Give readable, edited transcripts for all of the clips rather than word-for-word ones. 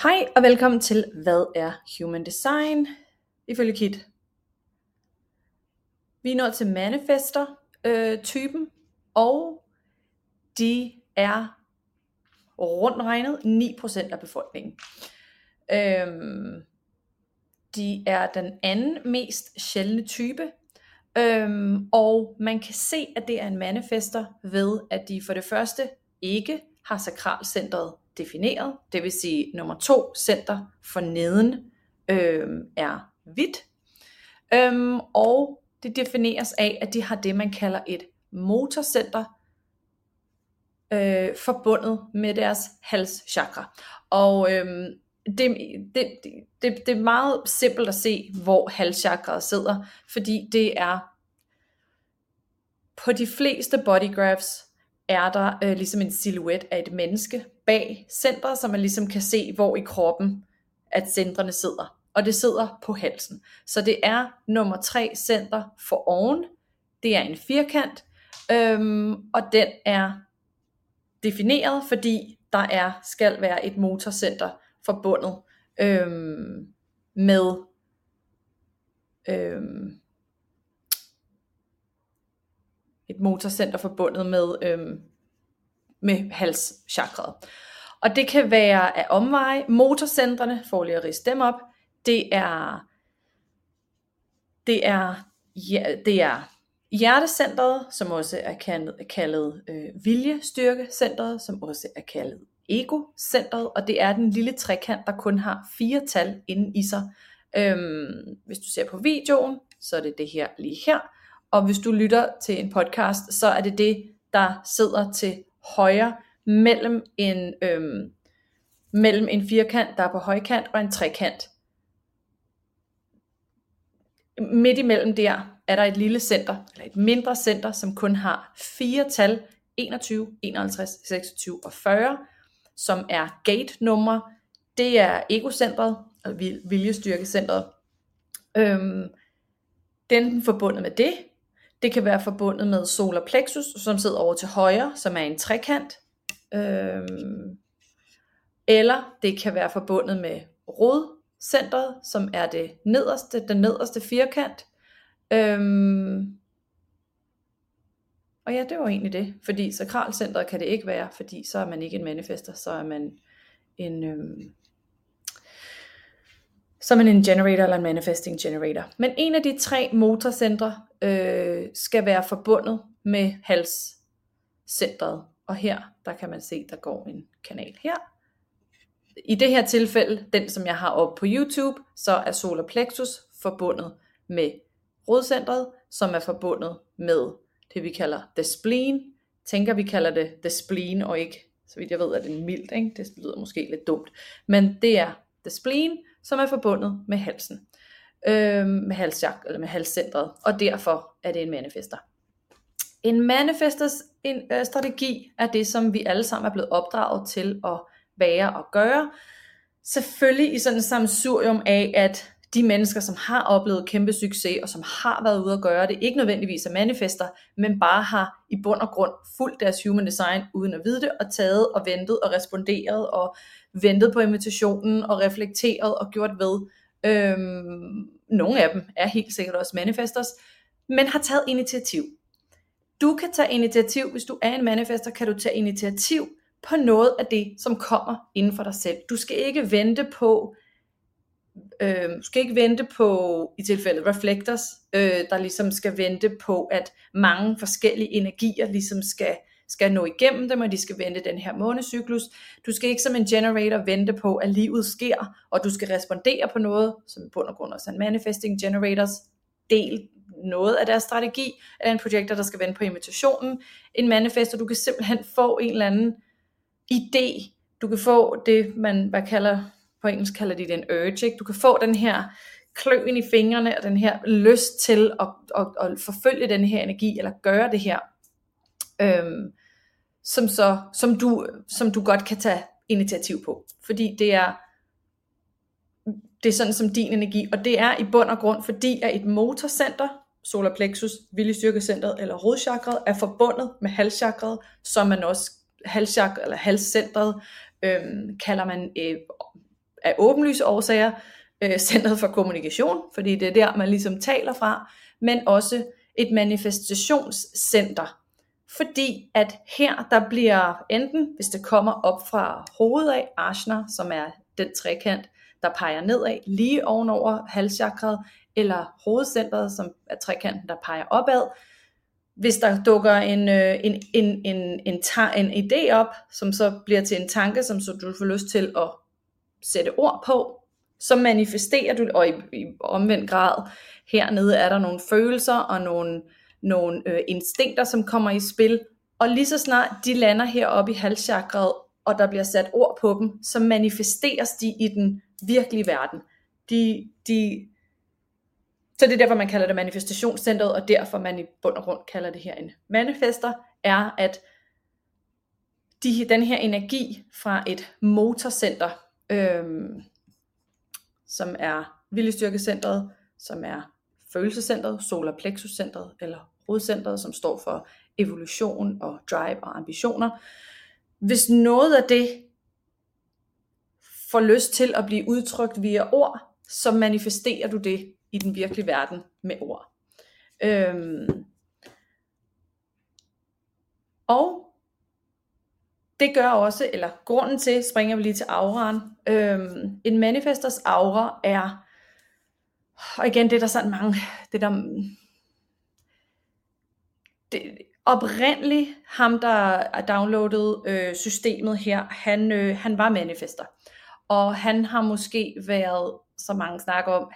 Hej og velkommen til Hvad er Human Design? Ifølge Kit. Vi er nået til manifester typen, og de er rundt regnet 9% af befolkningen. De er den anden mest sjældne type, og man kan se, at det er en manifester ved, at de for det første ikke har sakralcentret defineret, det vil sige nummer 2 center for neden er hvidt, og det defineres af, at de har det, man kalder et motorcenter forbundet med deres halschakra. Og det er meget simpelt at se, hvor halschakraet sidder, fordi det er på de fleste bodygraphs er der ligesom en silhuet af et menneske bag centret, så man ligesom kan se, hvor i kroppen at centrene sidder. Og det sidder på halsen. Så det er nummer 3 center for oven. Det er en firkant, og den er defineret, fordi der skal være et motorcenter forbundet med et motorcenter forbundet med halschakraet. Og det kan være af omveje. Motorcentrene, for lige at ridse dem op, det er hjertecentret, som også er kaldet viljestyrkecentret, som også er kaldet egocentret, og det er den lille trekant, der kun har 4 tal inde i sig. Hvis du ser på videoen, så er det det her lige her, og hvis du lytter til en podcast, så er det der sidder til højre mellem en firkant, der er på højkant, og en trekant. Midt imellem der er der et lille center, eller et mindre center, som kun har 4 tal, 21, 51, 26 og 40, som er gate-numre. Det er egocentret, og viljestyrkecentret. Den er forbundet med det. Det kan være forbundet med solar plexus, som sidder over til højre, som er en trekant. Eller det kan være forbundet med rodcentret, som er den nederste firkant. Og ja, det var egentlig det. Fordi sakralcentret kan det ikke være, fordi så er man ikke en manifester, så er man en generator eller en manifesting generator. Men en af de 3 motorcentre skal være forbundet med halscentret. Og her, der kan man se, der går en kanal her. I det her tilfælde, den som jeg har oppe på YouTube, så er solar plexus forbundet med rodcentret, som er forbundet med det vi kalder the spleen. Tænker vi kalder det the spleen, og ikke, så vidt jeg ved, at det er mildt, ikke? Det lyder måske lidt dumt. Men det er the spleen, som er forbundet med halsen, med halschakra eller med halscentret, og derfor er det en manifester. En manifesters strategi er det, som vi alle sammen er blevet opdraget til at være og gøre. Selvfølgelig i sådan et sammensurium af, at de mennesker, som har oplevet kæmpe succes, og som har været ude at gøre det, ikke nødvendigvis er manifester, men bare har i bund og grund fulgt deres human design, uden at vide det, og taget og ventet og responderet, og ventet på invitationen, og reflekteret og gjort ved. Nogle af dem er helt sikkert også manifesters, men har taget initiativ. Du kan tage initiativ, hvis du er en manifester, kan du tage initiativ på noget af det, som kommer inden for dig selv. Du skal ikke vente på, i tilfældet reflectors, der ligesom skal vente på, at mange forskellige energier ligesom skal nå igennem dem, og de skal vente den her månecyklus. Du skal ikke som en generator vente på, at livet sker, og du skal respondere på noget, som i bund og grund også er en manifesting generators del, noget af deres strategi, eller en projekter, der skal vente på invitationen. En manifester, du kan simpelthen få en eller anden idé. Du kan få det, man på engelsk kalder de det en urge. Ikke? Du kan få den her kløen i fingrene, og den her lyst til at forfølge den her energi, eller gøre det her, som du godt kan tage initiativ på. Fordi det er sådan som din energi, og det er i bund og grund, fordi at et motorcenter, solar plexus, viljestyrkecentret eller rodchakret, er forbundet med halschakret, som man også halschakret eller halscentret kalder man af åbenlyse årsager Centret for Kommunikation, fordi det er der, man ligesom taler fra, men også et manifestationscenter. Fordi at her, der bliver enten, hvis det kommer op fra hovedet af, Ajna, som er den trekant, der peger nedad, lige ovenover halschakret, eller hovedcentret, som er trekanten, der peger opad. Hvis der dukker en idé op, som så bliver til en tanke, som så du får lyst til at sætte ord på, så manifesterer du, og i omvendt grad, hernede er der nogle følelser og nogle instinkter, som kommer i spil, og lige så snart de lander heroppe i halschakret, og der bliver sat ord på dem, så manifesteres de i den virkelige verden. Så det er derfor, man kalder det manifestationscentret, og derfor man i bund og grund kalder det her en manifester, er at den her energi fra et motorcenter, som er viljestyrkecentret, som er følelsescentret, solar plexus centret, eller hovedcentret, som står for evolution og drive og ambitioner. Hvis noget af det får lyst til at blive udtrykt via ord, så manifesterer du det i den virkelige verden med ord. Og det gør også, eller grunden til, springer vi lige til auraen, en manifestors aura er, og igen, det er der sådan mange, oprindeligt, ham der downloadede systemet her, han var manifester, og han har måske været, som mange snakker om,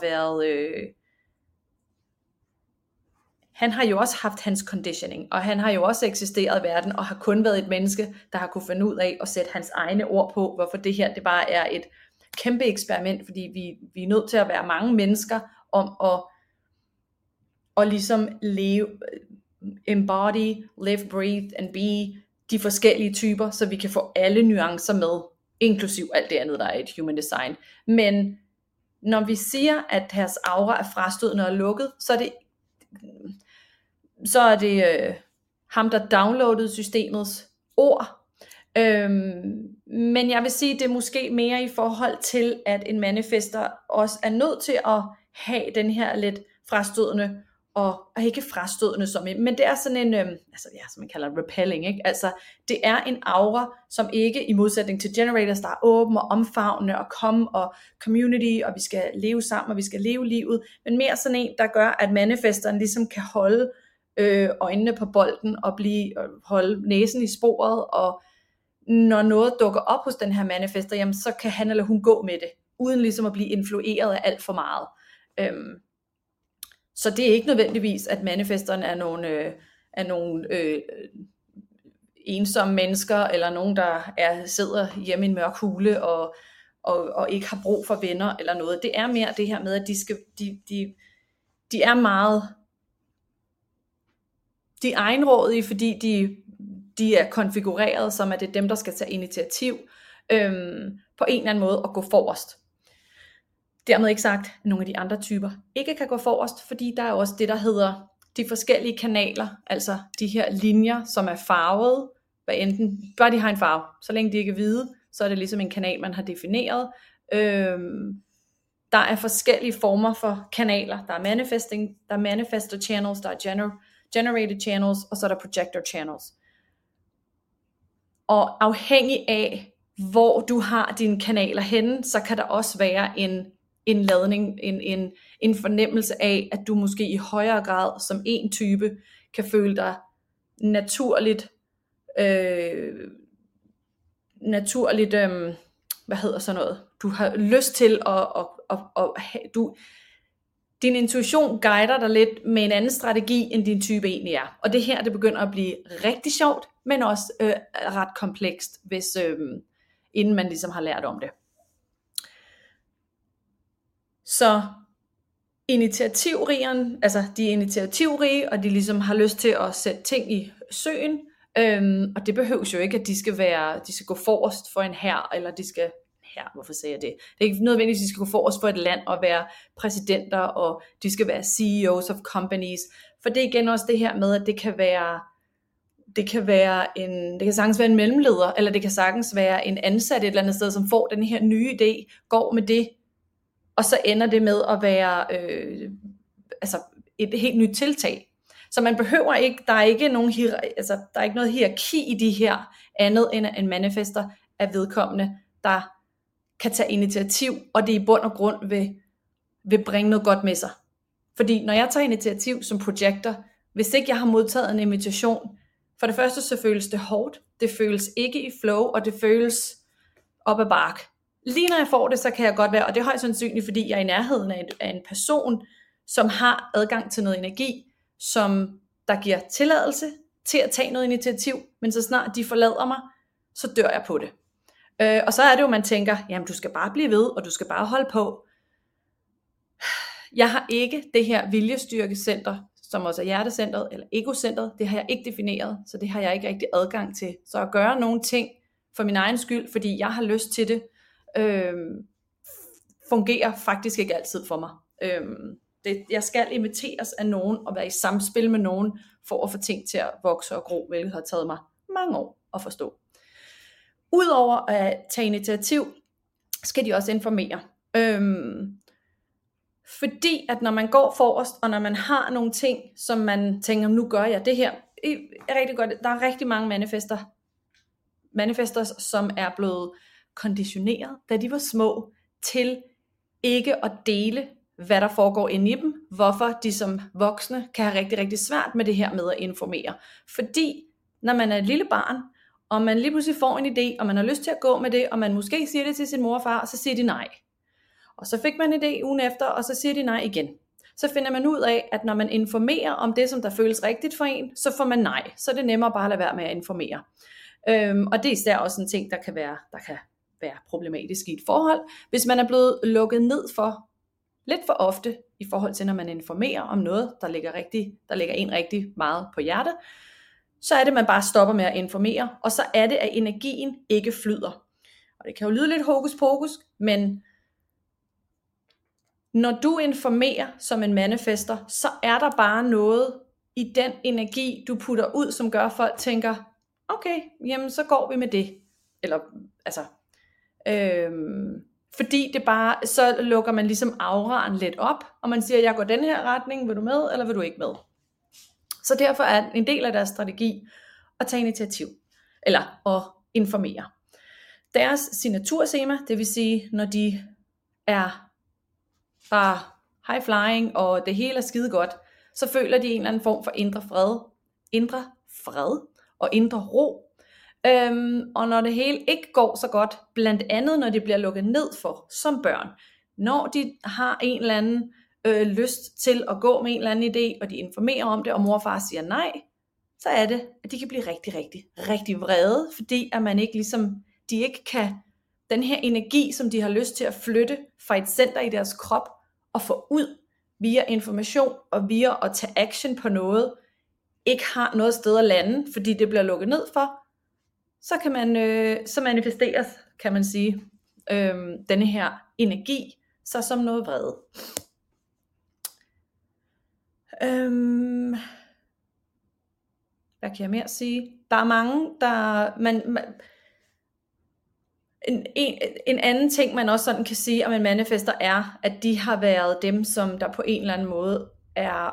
han har jo også haft hans conditioning, og han har jo også eksisteret i verden, og har kun været et menneske, der har kunne finde ud af at sætte hans egne ord på, hvorfor det her, det bare er et kæmpe eksperiment, fordi vi er nødt til at være mange mennesker om at ligesom leve, embody, live, breathe and be de forskellige typer, så vi kan få alle nuancer med, inklusiv alt det andet, der er et human design. Men når vi siger, at deres aura er frastødende og lukket, så er det ham, der downloadede systemets ord. Men jeg vil sige, det er måske mere i forhold til, at en manifester også er nødt til at have den her lidt frastødende, og ikke frastødende, men det er sådan en, som man kalder repelling, ikke? Altså, det er en aura, som ikke, i modsætning til generators, der er åben og omfavnende, og komme og community, og vi skal leve sammen, og vi skal leve livet, men mere sådan en, der gør, at manifesteren ligesom kan holde øjnene på bolden, og holde næsen i sporet, og når noget dukker op hos den her manifester, jamen, så kan han eller hun gå med det, uden ligesom at blive influeret af alt for meget. Så det er ikke nødvendigvis, at manifesteren er nogle ensomme mennesker, eller nogen, der sidder hjemme i en mørk hule, og ikke har brug for venner, eller noget. Det er mere det her med, at de er meget, de er egenrådige, fordi de er konfigureret, som at det er dem, der skal tage initiativ, på en eller anden måde, og gå forrest. Dermed ikke sagt, at nogle af de andre typer ikke kan gå forrest, fordi der er også det, der hedder de forskellige kanaler, altså de her linjer, som er farvet, bare de har en farve. Så længe de ikke er hvide, så er det ligesom en kanal, man har defineret. Der er forskellige former for kanaler. Der er manifestor channels, der er generated channels, og så er der projector channels. Og afhængig af, hvor du har dine kanaler henne, så kan der også være en ladning, en fornemmelse af, at du måske i højere grad som en type kan føle dig naturligt, hvad hedder sådan noget, du har lyst til din intuition guider dig lidt med en anden strategi, end din type egentlig er. Og det her, det begynder at blive rigtig sjovt, men også ret komplekst, inden man ligesom har lært om det. Så initiativrigeren, altså de er initiativrige, og de ligesom har lyst til at sætte ting i søen, og det behøves jo ikke, at de skal gå forrest for en hær, eller hvorfor siger jeg det? Det er ikke nødvendigvis, at de skal gå forrest for et land og være præsidenter, og de skal være CEOs of companies, for det er igen også det her med, at det kan være det kan sagtens være en mellemleder, eller det kan sagtens være en ansat et eller andet sted, som får den her nye idé, går med det, og så ender det med at være et helt nyt tiltag. Så man behøver ikke, der er ikke noget hierarki i de her, andet end en manifester af vedkommende, der kan tage initiativ, og det i bund og grund vil bringe noget godt med sig. Fordi når jeg tager initiativ som projektor, hvis ikke jeg har modtaget en invitation, for det første så føles det hårdt, det føles ikke i flow, og det føles op ad bark. Lige når jeg får det, så kan jeg godt være, og det er højst sandsynligt, fordi jeg er i nærheden af en person, som har adgang til noget energi, som der giver tilladelse til at tage noget initiativ, men så snart de forlader mig, så dør jeg på det. Og så er det jo, man tænker, jamen du skal bare blive ved, og du skal bare holde på. Jeg har ikke det her viljestyrkecenter, som også er hjertecentret, eller egocentret, det har jeg ikke defineret, så det har jeg ikke rigtig adgang til. Så at gøre nogle ting for min egen skyld, fordi jeg har lyst til det, fungerer faktisk ikke altid for mig. Jeg skal inviteres af nogen, og være i samspil med nogen, for at få ting til at vokse og gro, hvilket har taget mig mange år at forstå. Udover at tage initiativ, skal de også informere. Fordi at når man går forrest, og når man har nogle ting, som man tænker, nu gør jeg det her, er rigtig godt. Der er rigtig mange manifester, som er blevet konditioneret, da de var små, til ikke at dele, hvad der foregår inde i dem, hvorfor de som voksne kan have rigtig, rigtig svært med det her med at informere. Fordi når man er et lille barn, og man lige pludselig får en idé, og man har lyst til at gå med det, og man måske siger det til sin mor og far, og så siger de nej. Og så fik man en idé ugen efter, og så siger de nej igen. Så finder man ud af, at når man informerer om det, som der føles rigtigt for en, så får man nej. Så er det nemmere bare at lade være med at informere. Og det er især også en ting, der kan være problematisk i et forhold, hvis man er blevet lukket ned for lidt for ofte, i forhold til når man informerer om noget, der ligger en rigtig meget på hjertet, så er det, man bare stopper med at informere, og så er det, at energien ikke flyder. Og det kan jo lyde lidt hokus pokus, men når du informerer som en manifester, så er der bare noget i den energi, du putter ud, som gør, at folk tænker, okay, jamen så går vi med det. Eller, fordi det bare, så lukker man ligesom auraen lidt op, og man siger, jeg går den her retning, vil du med, eller vil du ikke med? Så derfor er en del af deres strategi at tage initiativ, eller at informere. Deres signaturschema, det vil sige, når de er bare high flying, og det hele er skide godt, så føler de en eller anden form for indre fred og indre ro. Og når det hele ikke går så godt, blandt andet når de bliver lukket ned for som børn, når de har en eller anden lyst til at gå med en eller anden idé, og de informerer om det, og mor og far siger nej, så er det, at de kan blive rigtig, rigtig, rigtig vrede, fordi at man ikke ligesom, de ikke kan, den her energi, som de har lyst til at flytte fra et center i deres krop, og få ud via information, og via at tage action på noget, ikke har noget sted at lande, fordi det bliver lukket ned for, så kan man, så manifesteres, kan man sige, denne her energi, så som noget vrede. Hvad kan jeg mere sige? Der er mange, der en anden ting, man også sådan kan sige om en manifester, er, at de har været dem, som der på en eller anden måde er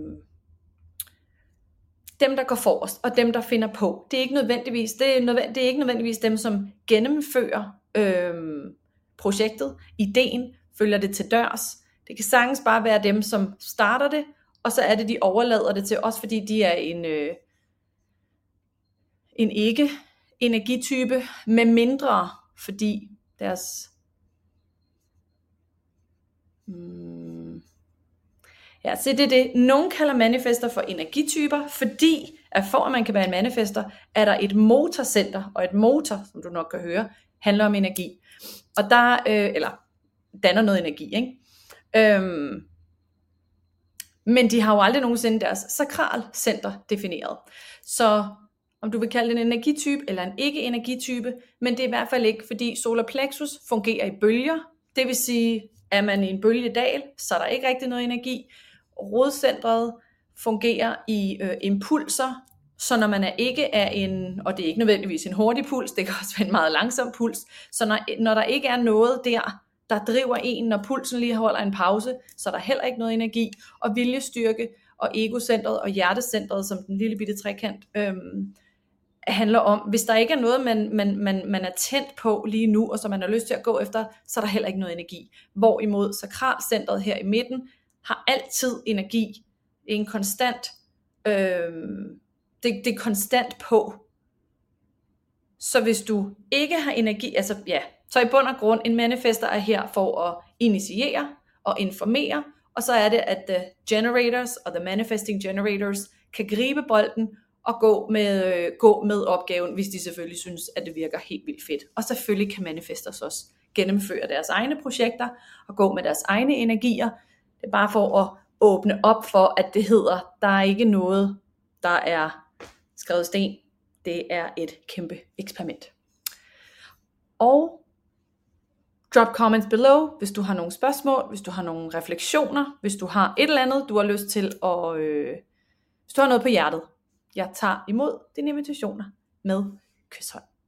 dem, der går forrest, og dem, der finder på. Det er ikke nødvendigvis dem, som gennemfører projektet, ideen, følger det til dørs. Det kan sagtens bare være dem, som starter det, og så er det, de overlader det til os, fordi de er en ikke-energitype, med mindre, fordi deres ja, så det er det. Nogen kalder manifester for energityper, fordi at for at man kan være en manifester, er der et motorcenter, og et motor, som du nok kan høre, handler om energi. Og der, eller danner noget energi, ikke? Men de har jo aldrig nogensinde deres sakralcenter defineret. Så om du vil kalde det en energitype, eller en ikke-energitype, men det er i hvert fald ikke, fordi solar plexus fungerer i bølger. Det vil sige, er man i en bølgedal, så er der ikke rigtig noget energi. Rodcentret fungerer i impulser, Så når man ikke er og det er ikke nødvendigvis en hurtig puls, det kan også være en meget langsom puls, så når der ikke er noget der driver en, når pulsen lige holder en pause, så er der heller ikke noget energi, og viljestyrke og egocentret og hjertecentret, som den lille bitte trekant, handler om, hvis der ikke er noget, man er tændt på lige nu, og som man har lyst til at gå efter, så er der heller ikke noget energi. Hvorimod sakralcentret her i midten, har altid energi. Det er en konstant, det er konstant på. Så hvis du ikke har energi, så i bund og grund, en manifester er her for at initiere og informere, og så er det, at the generators og the manifesting generators kan gribe bolden og gå med opgaven, hvis de selvfølgelig synes, at det virker helt vildt fedt. Og selvfølgelig kan manifestors også gennemføre deres egne projekter og gå med deres egne energier. Det er bare for at åbne op for, at det hedder, der er ikke noget, der er skrevet sten. Det er et kæmpe eksperiment. Og drop comments below, hvis du har nogle spørgsmål, hvis du har nogle refleksioner, hvis du har et eller andet, du har lyst til at, hvis du har noget på hjertet. Jeg tager imod dine invitationer med kyshånd.